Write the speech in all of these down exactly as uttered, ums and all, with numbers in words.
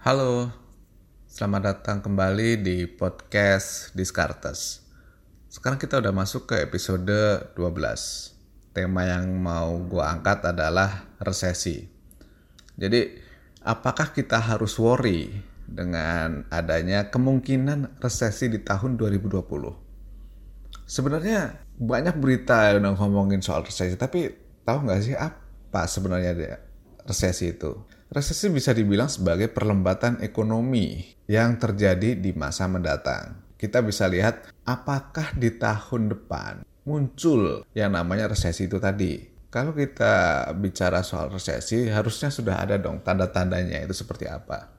Halo, selamat datang kembali di podcast Discartes. Sekarang kita udah masuk ke episode dua belas. Tema yang mau gue angkat adalah resesi. Jadi, apakah kita harus worry dengan adanya kemungkinan resesi di tahun dua ribu dua puluh? Sebenarnya banyak berita yang ngomongin soal resesi, tapi tahu nggak sih apa sebenarnya resesi itu? Resesi bisa dibilang sebagai perlambatan ekonomi yang terjadi di masa mendatang. Kita bisa lihat apakah di tahun depan muncul yang namanya resesi itu tadi. Kalau kita bicara soal resesi, harusnya sudah ada dong tanda-tandanya itu seperti apa.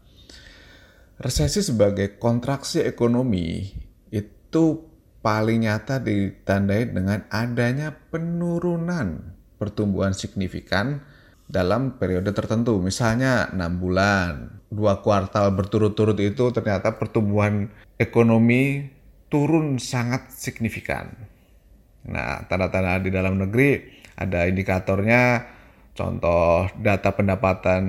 Resesi sebagai kontraksi ekonomi itu paling nyata ditandai dengan adanya penurunan pertumbuhan signifikan dalam periode tertentu, misalnya enam bulan, dua kuartal berturut-turut itu ternyata pertumbuhan ekonomi turun sangat signifikan. Nah, tanda-tanda di dalam negeri ada indikatornya, contoh data pendapatan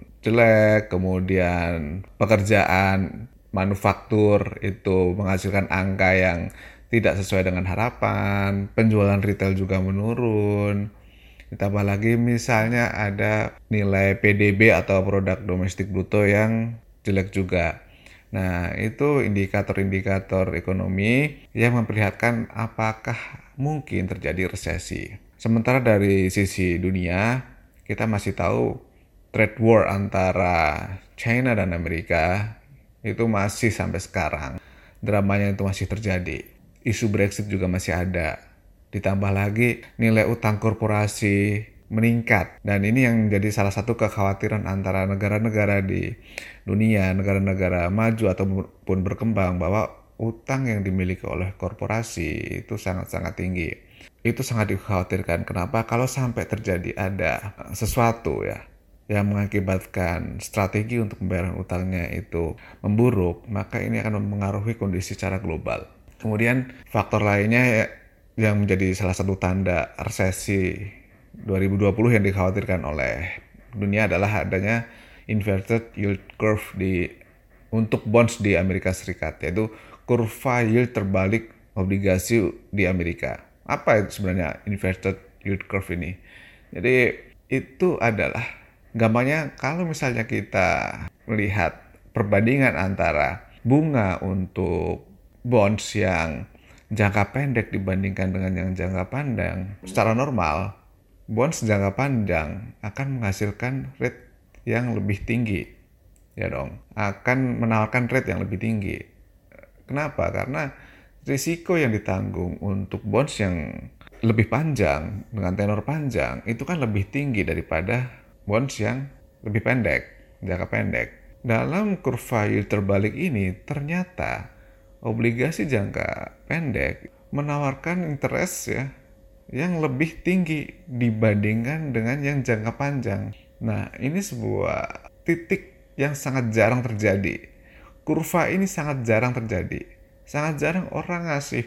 jelek, kemudian pekerjaan manufaktur itu menghasilkan angka yang tidak sesuai dengan harapan, penjualan retail juga menurun. Ditambah lagi misalnya ada nilai P D B atau produk domestik bruto yang jelek juga. Nah, itu indikator-indikator ekonomi yang memperlihatkan apakah mungkin terjadi resesi. Sementara dari sisi dunia, kita masih tahu trade war antara China dan Amerika itu masih sampai sekarang. Dramanya itu masih terjadi. Isu Brexit juga masih ada. Ditambah lagi nilai utang korporasi meningkat. Dan ini yang jadi salah satu kekhawatiran antara negara-negara di dunia, negara-negara maju ataupun berkembang, bahwa utang yang dimiliki oleh korporasi itu sangat-sangat tinggi. Itu sangat dikhawatirkan. Kenapa? Kalau sampai terjadi ada sesuatu ya yang mengakibatkan strategi untuk pembayaran utangnya itu memburuk, maka ini akan mempengaruhi kondisi secara global. Kemudian faktor lainnya ya, yang menjadi salah satu tanda resesi dua ribu dua puluh yang dikhawatirkan oleh dunia adalah adanya inverted yield curve di untuk bonds di Amerika Serikat, yaitu kurva yield terbalik obligasi di Amerika. Apa itu sebenarnya inverted yield curve ini? Jadi itu adalah gampangnya kalau misalnya kita melihat perbandingan antara bunga untuk bonds yang jangka pendek dibandingkan dengan yang jangka panjang, secara normal bonds jangka panjang akan menghasilkan rate yang lebih tinggi, ya dong, akan menawarkan rate yang lebih tinggi. Kenapa? Karena risiko yang ditanggung untuk bonds yang lebih panjang dengan tenor panjang itu kan lebih tinggi daripada bonds yang lebih pendek, jangka pendek. Dalam kurva yield terbalik ini ternyata obligasi jangka pendek menawarkan interest ya yang lebih tinggi dibandingkan dengan yang jangka panjang. Nah, ini sebuah titik yang sangat jarang terjadi. Kurva ini sangat jarang terjadi. Sangat jarang orang ngasih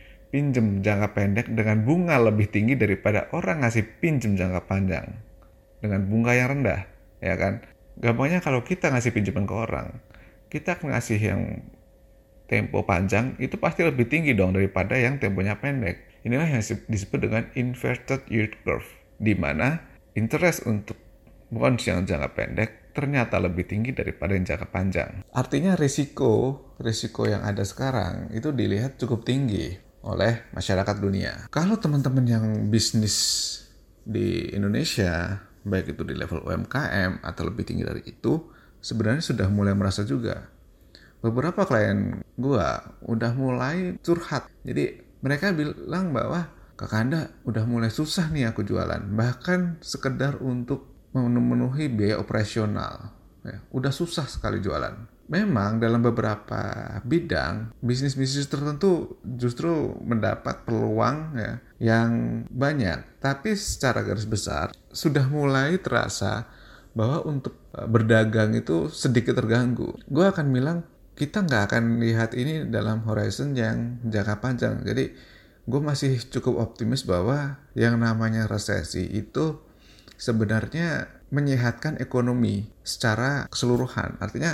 pinjem jangka pendek dengan bunga lebih tinggi daripada orang ngasih pinjem jangka panjang dengan bunga yang rendah, ya kan? Gampangnya kalau kita ngasih pinjaman ke orang, kita akan ngasih yang tempo panjang itu pasti lebih tinggi dong daripada yang temponya pendek. Inilah yang disebut dengan inverted yield curve, di mana interest untuk bonds yang jangka pendek ternyata lebih tinggi daripada yang jangka panjang. Artinya risiko risiko yang ada sekarang itu dilihat cukup tinggi oleh masyarakat dunia. Kalau teman-teman yang bisnis di Indonesia, baik itu di level U M K M atau lebih tinggi dari itu, sebenarnya sudah mulai merasa juga. Beberapa klien gua udah mulai curhat. Jadi mereka bilang bahwa Kakanda udah mulai susah nih aku jualan. Bahkan sekedar untuk memenuhi biaya operasional. Ya, udah susah sekali jualan. Memang dalam beberapa bidang, bisnis-bisnis tertentu justru mendapat peluang ya, yang banyak. Tapi secara garis besar sudah mulai terasa bahwa untuk berdagang itu sedikit terganggu. Gue akan bilang kita nggak akan lihat ini dalam horizon yang jangka panjang. Jadi gue masih cukup optimis bahwa yang namanya resesi itu sebenarnya menyehatkan ekonomi secara keseluruhan. Artinya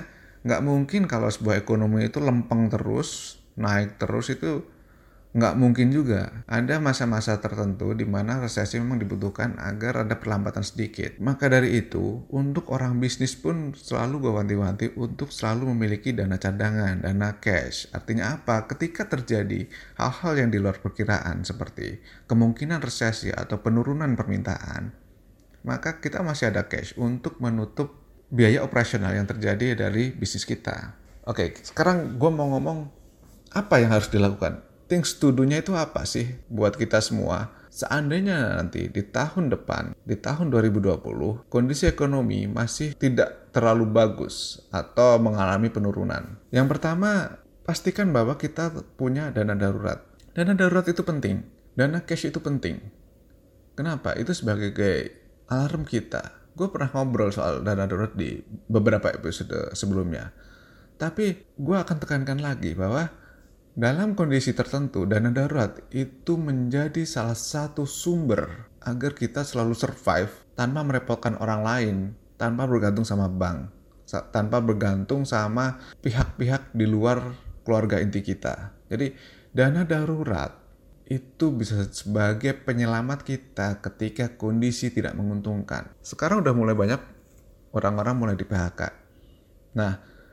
Nggak mungkin kalau sebuah ekonomi itu lempeng terus, naik terus, itu nggak mungkin juga. Ada masa-masa tertentu di mana resesi memang dibutuhkan agar ada perlambatan sedikit. Maka dari itu, untuk orang bisnis pun selalu gue wanti-wanti untuk selalu memiliki dana cadangan, dana cash. Artinya apa? Ketika terjadi hal-hal yang di luar perkiraan seperti kemungkinan resesi atau penurunan permintaan, maka kita masih ada cash untuk menutup biaya operasional yang terjadi dari bisnis kita. Oke, sekarang gue mau ngomong apa yang harus dilakukan. Things to do-nya itu apa sih buat kita semua? Seandainya nanti di tahun depan, di tahun dua ribu dua puluh, kondisi ekonomi masih tidak terlalu bagus atau mengalami penurunan. Yang pertama, pastikan bahwa kita punya dana darurat. Dana darurat itu penting. Dana cash itu penting. Kenapa? Itu sebagai alarm kita. Gue pernah ngobrol soal dana darurat di beberapa episode sebelumnya. Tapi gue akan tekankan lagi bahwa dalam kondisi tertentu, dana darurat itu menjadi salah satu sumber agar kita selalu survive tanpa merepotkan orang lain, tanpa bergantung sama bank, tanpa bergantung sama pihak-pihak di luar keluarga inti kita. Jadi, dana darurat itu bisa sebagai penyelamat kita ketika kondisi tidak menguntungkan. Sekarang udah mulai banyak orang-orang mulai di P H K. Nah,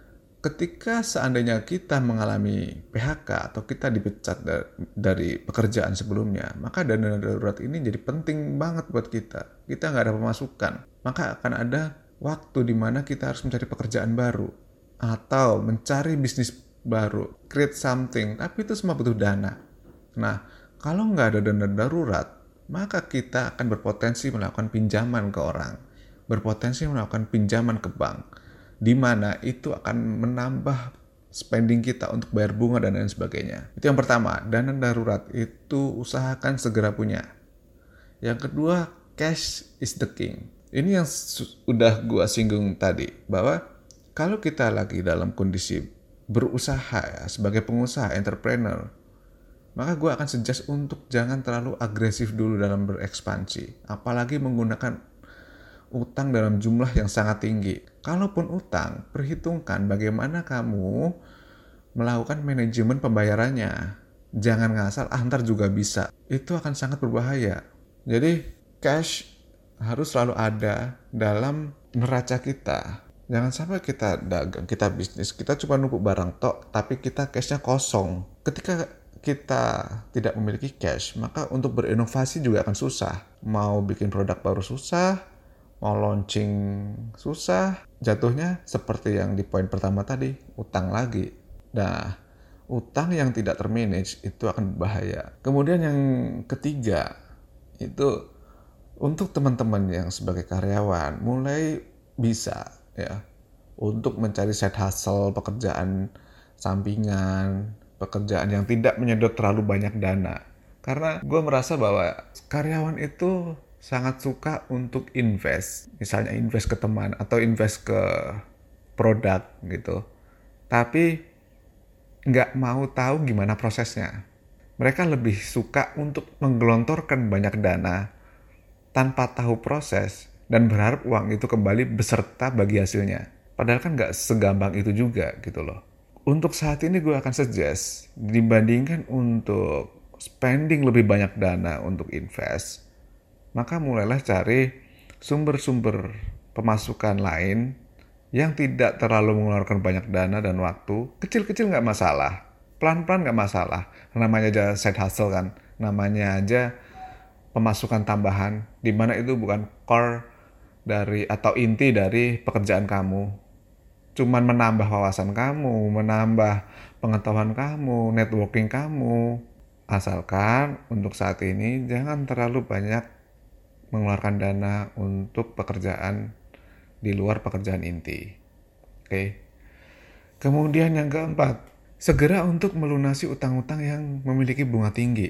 ketika seandainya kita mengalami P H K atau kita dipecat dari pekerjaan sebelumnya, maka dana darurat ini jadi penting banget buat kita. Kita nggak ada pemasukan, maka akan ada waktu di mana kita harus mencari pekerjaan baru atau mencari bisnis baru, create something, tapi itu semua butuh dana. Nah, kalau nggak ada dana darurat, maka kita akan berpotensi melakukan pinjaman ke orang, berpotensi melakukan pinjaman ke bank, di mana itu akan menambah spending kita untuk bayar bunga dan lain sebagainya. Itu yang pertama, dana darurat itu usahakan segera punya. Yang kedua, cash is the king. Ini yang sudah gua singgung tadi, bahwa kalau kita lagi dalam kondisi berusaha ya, sebagai pengusaha, entrepreneur, maka gue akan suggest untuk jangan terlalu agresif dulu dalam berekspansi. Apalagi menggunakan utang dalam jumlah yang sangat tinggi. Kalaupun utang, perhitungkan bagaimana kamu melakukan manajemen pembayarannya. Jangan ngasal, ah ntar juga bisa. Itu akan sangat berbahaya. Jadi cash harus selalu ada dalam neraca kita. Jangan sampai kita dagang, kita bisnis, kita cuma numpuk barang tok, tapi kita cashnya kosong. Ketika kita tidak memiliki cash, maka untuk berinovasi juga akan susah. Mau bikin produk baru susah, mau launching susah, jatuhnya seperti yang di poin pertama tadi, utang lagi. Nah, utang yang tidak termanage itu akan berbahaya. Kemudian yang ketiga, itu untuk teman-teman yang sebagai karyawan, mulai bisa ya untuk mencari side hustle, pekerjaan sampingan, pekerjaan yang tidak menyedot terlalu banyak dana. Karena gue merasa bahwa karyawan itu sangat suka untuk invest. Misalnya invest ke teman atau invest ke produk gitu. Tapi nggak mau tahu gimana prosesnya. Mereka lebih suka untuk menggelontorkan banyak dana tanpa tahu proses dan berharap uang itu kembali beserta bagi hasilnya. Padahal kan nggak segampang itu juga gitu loh. Untuk saat ini gue akan suggest, dibandingkan untuk spending lebih banyak dana untuk invest, maka mulailah cari sumber-sumber pemasukan lain yang tidak terlalu mengeluarkan banyak dana dan waktu. Kecil-kecil nggak masalah, pelan-pelan nggak masalah. Namanya aja side hustle kan, namanya aja pemasukan tambahan, di mana itu bukan core dari atau inti dari pekerjaan kamu. Cuman menambah wawasan kamu, menambah pengetahuan kamu, networking kamu. Asalkan untuk saat ini jangan terlalu banyak mengeluarkan dana untuk pekerjaan di luar pekerjaan inti. Oke. Kemudian yang keempat, segera untuk melunasi utang-utang yang memiliki bunga tinggi.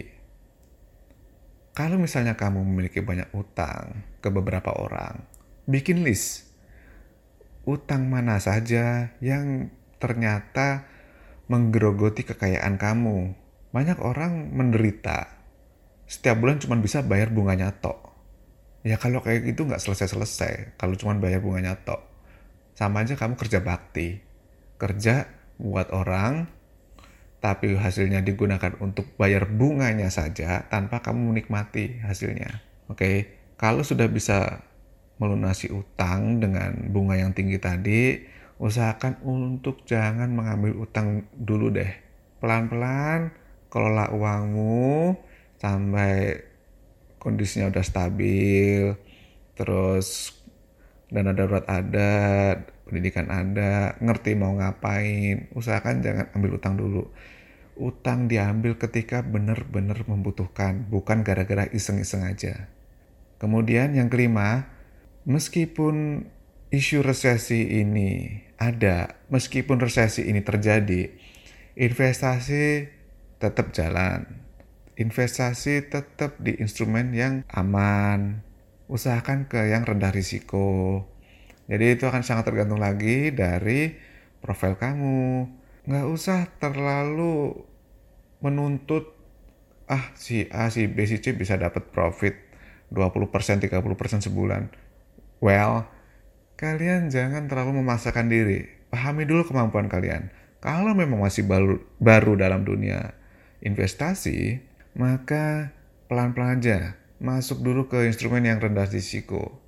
Kalau misalnya kamu memiliki banyak utang ke beberapa orang, bikin list. Utang mana saja yang ternyata menggerogoti kekayaan kamu. Banyak orang menderita. Setiap bulan cuma bisa bayar bunganya tok. Ya kalau kayak gitu nggak selesai-selesai. Kalau cuma bayar bunganya tok. Sama aja kamu kerja bakti. kerja buat orang, tapi hasilnya digunakan untuk bayar bunganya saja tanpa kamu menikmati hasilnya. Oke, kalau sudah bisa melunasi utang dengan bunga yang tinggi tadi, usahakan untuk jangan mengambil utang dulu deh. Pelan-pelan kelola uangmu sampai kondisinya udah stabil, terus dana darurat ada, pendidikan ada, ngerti mau ngapain. Usahakan jangan ambil utang dulu. Utang diambil ketika benar-benar membutuhkan, bukan gara-gara iseng-iseng aja. Kemudian yang kelima, meskipun isu resesi ini ada, meskipun resesi ini terjadi, investasi tetap jalan. Investasi tetap di instrumen yang aman. Usahakan ke yang rendah risiko. Jadi itu akan sangat tergantung lagi dari profil kamu. Nggak usah terlalu menuntut, ah si A, si B, si C bisa dapat profit dua puluh persen, tiga puluh persen sebulan. Well, kalian jangan terlalu memaksakan diri. Pahami dulu kemampuan kalian. Kalau memang masih baru, baru dalam dunia investasi, maka pelan-pelan aja masuk dulu ke instrumen yang rendah risiko.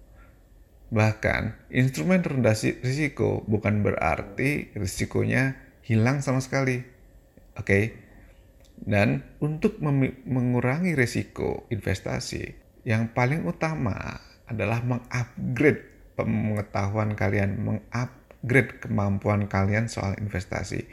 Bahkan instrumen rendah risiko bukan berarti risikonya hilang sama sekali. Oke. Okay? Dan untuk mem- mengurangi risiko investasi, yang paling utama adalah mengupgrade pengetahuan kalian, mengupgrade kemampuan kalian soal investasi.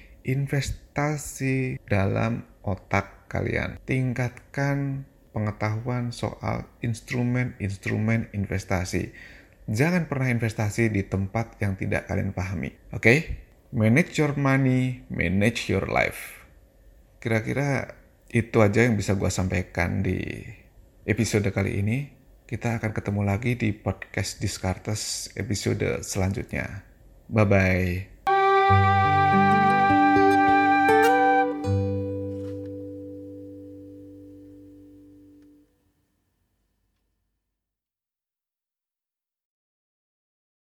Investasi dalam otak kalian. Tingkatkan pengetahuan soal instrumen-instrumen investasi. Jangan pernah investasi di tempat yang tidak kalian pahami. Oke? Okay? Manage your money, manage your life. Kira-kira itu aja yang bisa gue sampaikan di episode kali ini. Kita akan ketemu lagi di podcast Descartes episode selanjutnya. Bye-bye.